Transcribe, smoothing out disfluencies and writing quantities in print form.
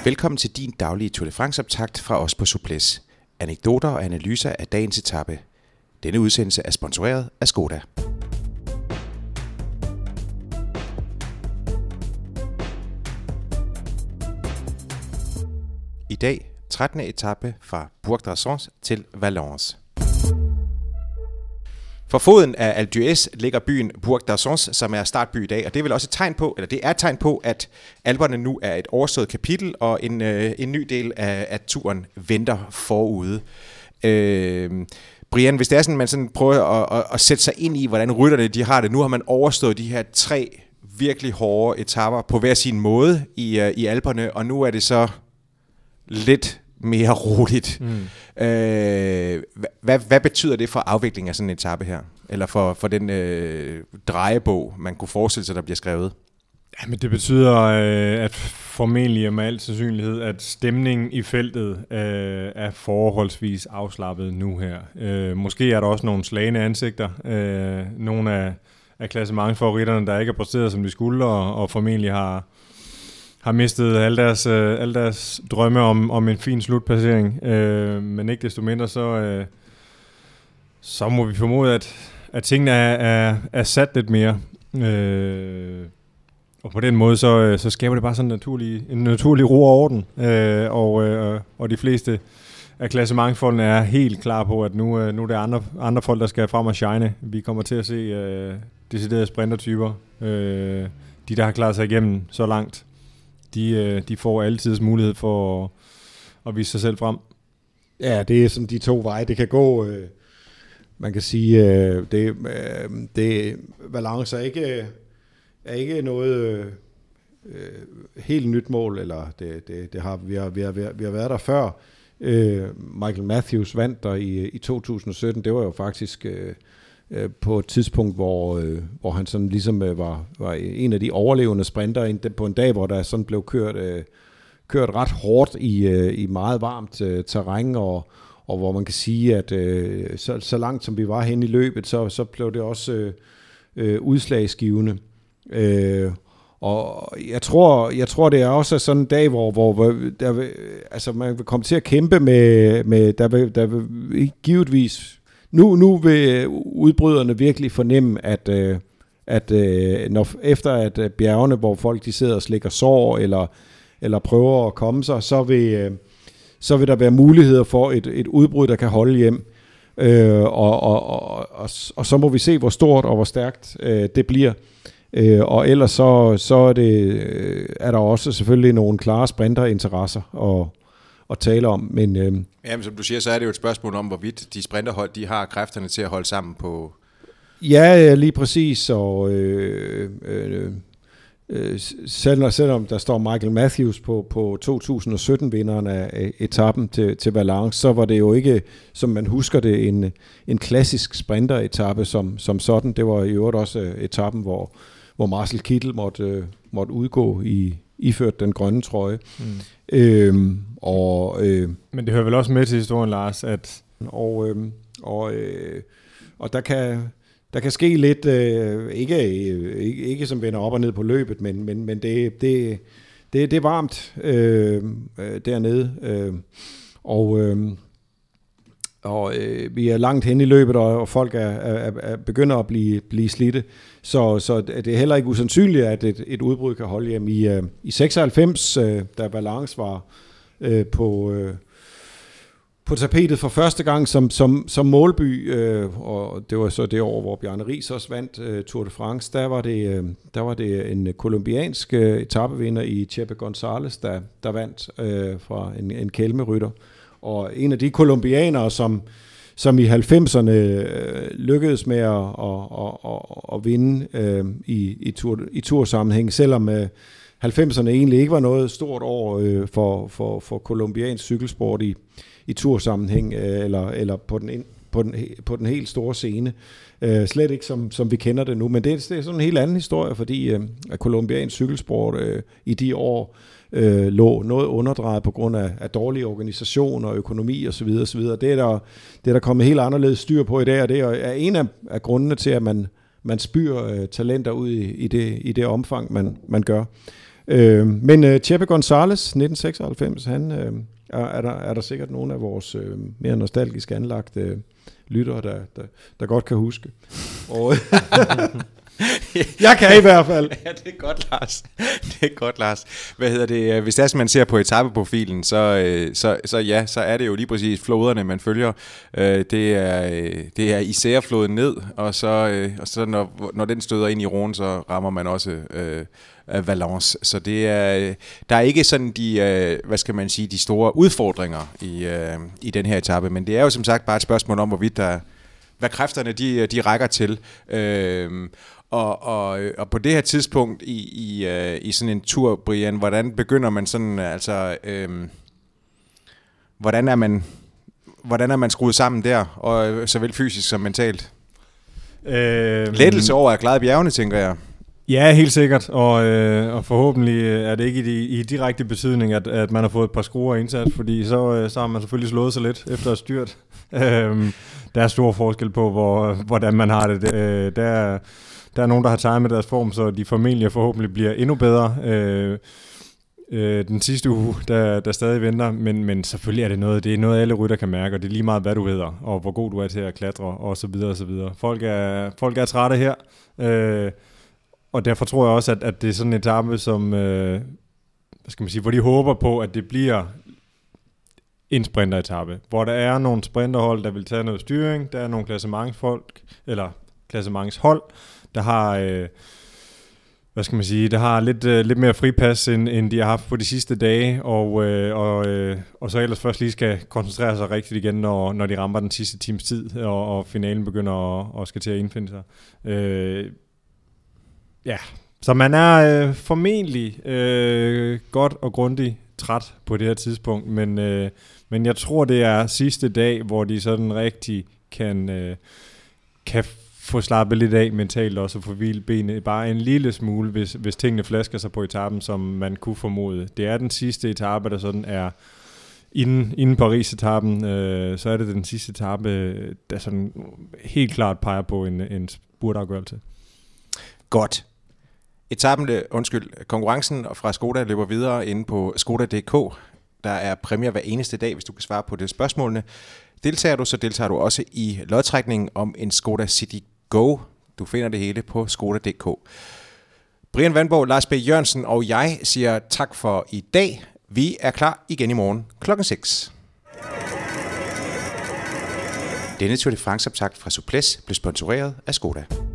Velkommen til din daglige Tour de France-optakt fra os på Souplesse. Anekdoter og analyser af dagens etape. Denne udsendelse er sponsoreret af Skoda. I dag 13. etape fra Bourg d'Arsons til Valence. For foden af Alpe d'Huez ligger byen Bourg d'Arsons, som er startby i dag, og det er vel også et tegn på, eller det er et tegn på, at Alperne nu er et overstået kapitel, og en ny del af turen venter forude. Brian, hvis det er sådan, man sådan prøver at sætte sig ind i, hvordan rytterne de har det, nu har man overstået de her 3 virkelig hårde etaper på hver sin måde i Alperne, og nu er det så lidt mere roligt. Hvad betyder det for afviklingen af sådan en etape her? Eller for den drejebog, man kunne forestille sig, der bliver skrevet? Jamen, det betyder, at formentlig med al sandsynlighed, at stemningen i feltet er forholdsvis afslappet nu her. Måske er der også nogle slagende ansigter. Nogle af klassementsfavoritterne, der ikke er præsteret, som de skulle, og formentlig har mistet alle deres drømme om en fin slutpassering. Men ikke desto mindre, så må vi formode, at tingene er sat lidt mere. Og på den måde, så skaber det bare sådan en naturlig ro og orden. Og de fleste af klassementsfolkene er helt klar på, at nu er det andre folk, der skal frem og shine. Vi kommer til at se deciderede sprintertyper. De, der har klaret sig igennem så langt, de får altid mulighed for at vise sig selv frem. Ja, det er sådan de 2 veje. Det kan gå, man kan sige, det Valence er ikke noget helt nyt mål, eller det har vi har været der før. Michael Matthews vandt der i 2017. Det var jo faktisk på et tidspunkt, hvor han sådan ligesom var en af de overlevende sprinter på en dag, hvor der sådan blev kørt ret hårdt i meget varmt terræn, og hvor man kan sige, at så langt som vi var hen i løbet, så blev det også udslagsgivende. Og jeg tror det er også sådan en dag, hvor der altså man vil komme til at kæmpe med der vil givetvis nu vil udbryderne virkelig fornemme, at når efter at bjergene, hvor folk de sidder og slikker sår eller prøver at komme sig, så vil der være muligheder for et udbrud, der kan holde hjem. Og så må vi se, hvor stort og hvor stærkt det bliver. Og ellers så er der også selvfølgelig nogle klare sprinterinteresser at tale om. Men som du siger, så er det jo et spørgsmål om, hvorvidt de sprinterhold, de har kræfterne til at holde sammen på. Ja, lige præcis. Og selvom der står Michael Matthews på 2017-vinderen af etappen til Valence, så var det jo ikke, som man husker det, en klassisk sprinteretappe som sådan. Det var i øvrigt også etappen, hvor Marcel Kittel måtte udgå iført den grønne trøje. Men det hører vel også med til historien, Lars, at og der kan ske lidt, ikke som vender op og ned på løbet, men det er varmt dernede, og vi er langt hen i løbet, og folk er begynder at blive slidte, så det er heller ikke usandsynligt, at et udbrud kan holde hjem i 96, da Valence var på tapetet for første gang som målby, og det var så det år, hvor Bjarne Riis også vandt Tour de France. Der var det en kolumbiansk etapevinder i Chepe González, der vandt fra en kelmerytter. Og en af de kolumbianere, som i 90'erne lykkedes med at vinde i tursammenhæng, selvom 90'erne egentlig ikke var noget stort år for kolumbiansk cykelsport i tursammenhæng eller på den helt store scene. Slet ikke som vi kender det nu, men det er sådan en helt anden historie, fordi at kolumbiansk cykelsport i de år lå noget underdrejet på grund af dårlig organisation og økonomi osv. Det er der kommet helt anderledes styr på i dag, og det er en af grundene til, at man spyr talenter ud i det omfang, man gør. Men Chepe González, 1996, han er der sikkert nogle af vores mere nostalgisk anlagte lyttere, der godt kan huske. Og jeg kan i hvert fald. Ja, det er godt, Lars. Det er godt, Lars. Hvad hedder det? Hvis det er, man ser på etapeprofilen, så er det jo lige præcis floderne, man følger. Det er Isère-floden ned, og så når den støder ind i Rhône, så rammer man også Valence. Så det er, der er ikke sådan de, de store udfordringer i den her etape, men det er jo som sagt bare et spørgsmål om, hvad kræfterne de rækker til. Og på det her tidspunkt i sådan en tur, Brian, hvordan begynder man sådan, altså, hvordan er man skruet sammen der, og såvel fysisk som mentalt? Lettelse over at klare bjergene, tænker jeg. Ja, helt sikkert, og forhåbentlig er det ikke i direkte betydning, at man har fået et par skruer indsat, fordi så har man selvfølgelig slået sig lidt efter at styrt. Der er stor forskel på, hvordan man har det. Der er nogen, der har timet deres form, så de formentlig forhåbentlig bliver endnu bedre den sidste uge, der stadig venter. Men selvfølgelig er det noget alle rytter kan mærke, og det er lige meget, hvad du hedder, og hvor god du er til at klatre, og så videre, og så videre. Folk er trætte her, og derfor tror jeg også, at det er sådan en etape, som, hvor de håber på, at det bliver en sprinteretape, hvor der er nogle sprinterhold, der vil tage noget styring, der er nogle klassementshold, der har, der har lidt mere fripas, end de har haft på de sidste dage, og så ellers først lige skal koncentrere sig rigtigt igen, når de rammer den sidste times tid, og finalen begynder at skal til at indfinde sig. Så man er formentlig godt og grundigt træt på det her tidspunkt, men jeg tror, det er sidste dag, hvor de sådan rigtig kan få slappet lidt af mentalt også, og få hvilet benet bare en lille smule, hvis tingene flasker sig på etappen, som man kunne formode. Det er den sidste etape, der sådan er inden Paris-etappen, så er det den sidste etape, der sådan helt klart peger på en spurtafgørelse. Godt. Konkurrencen fra Skoda løber videre inde på skoda.dk. Der er præmier hver eneste dag, hvis du kan svare på det spørgsmålene. Deltager du også i lodtrækningen om en Skoda City Go. Du finder det hele på skoda.dk. Brian Vandborg, Lars B. Jørgensen og jeg siger tak for i dag. Vi er klar igen i morgen klokken 6. Denne Tour de France-optakt fra Souplesse blev sponsoreret af Skoda.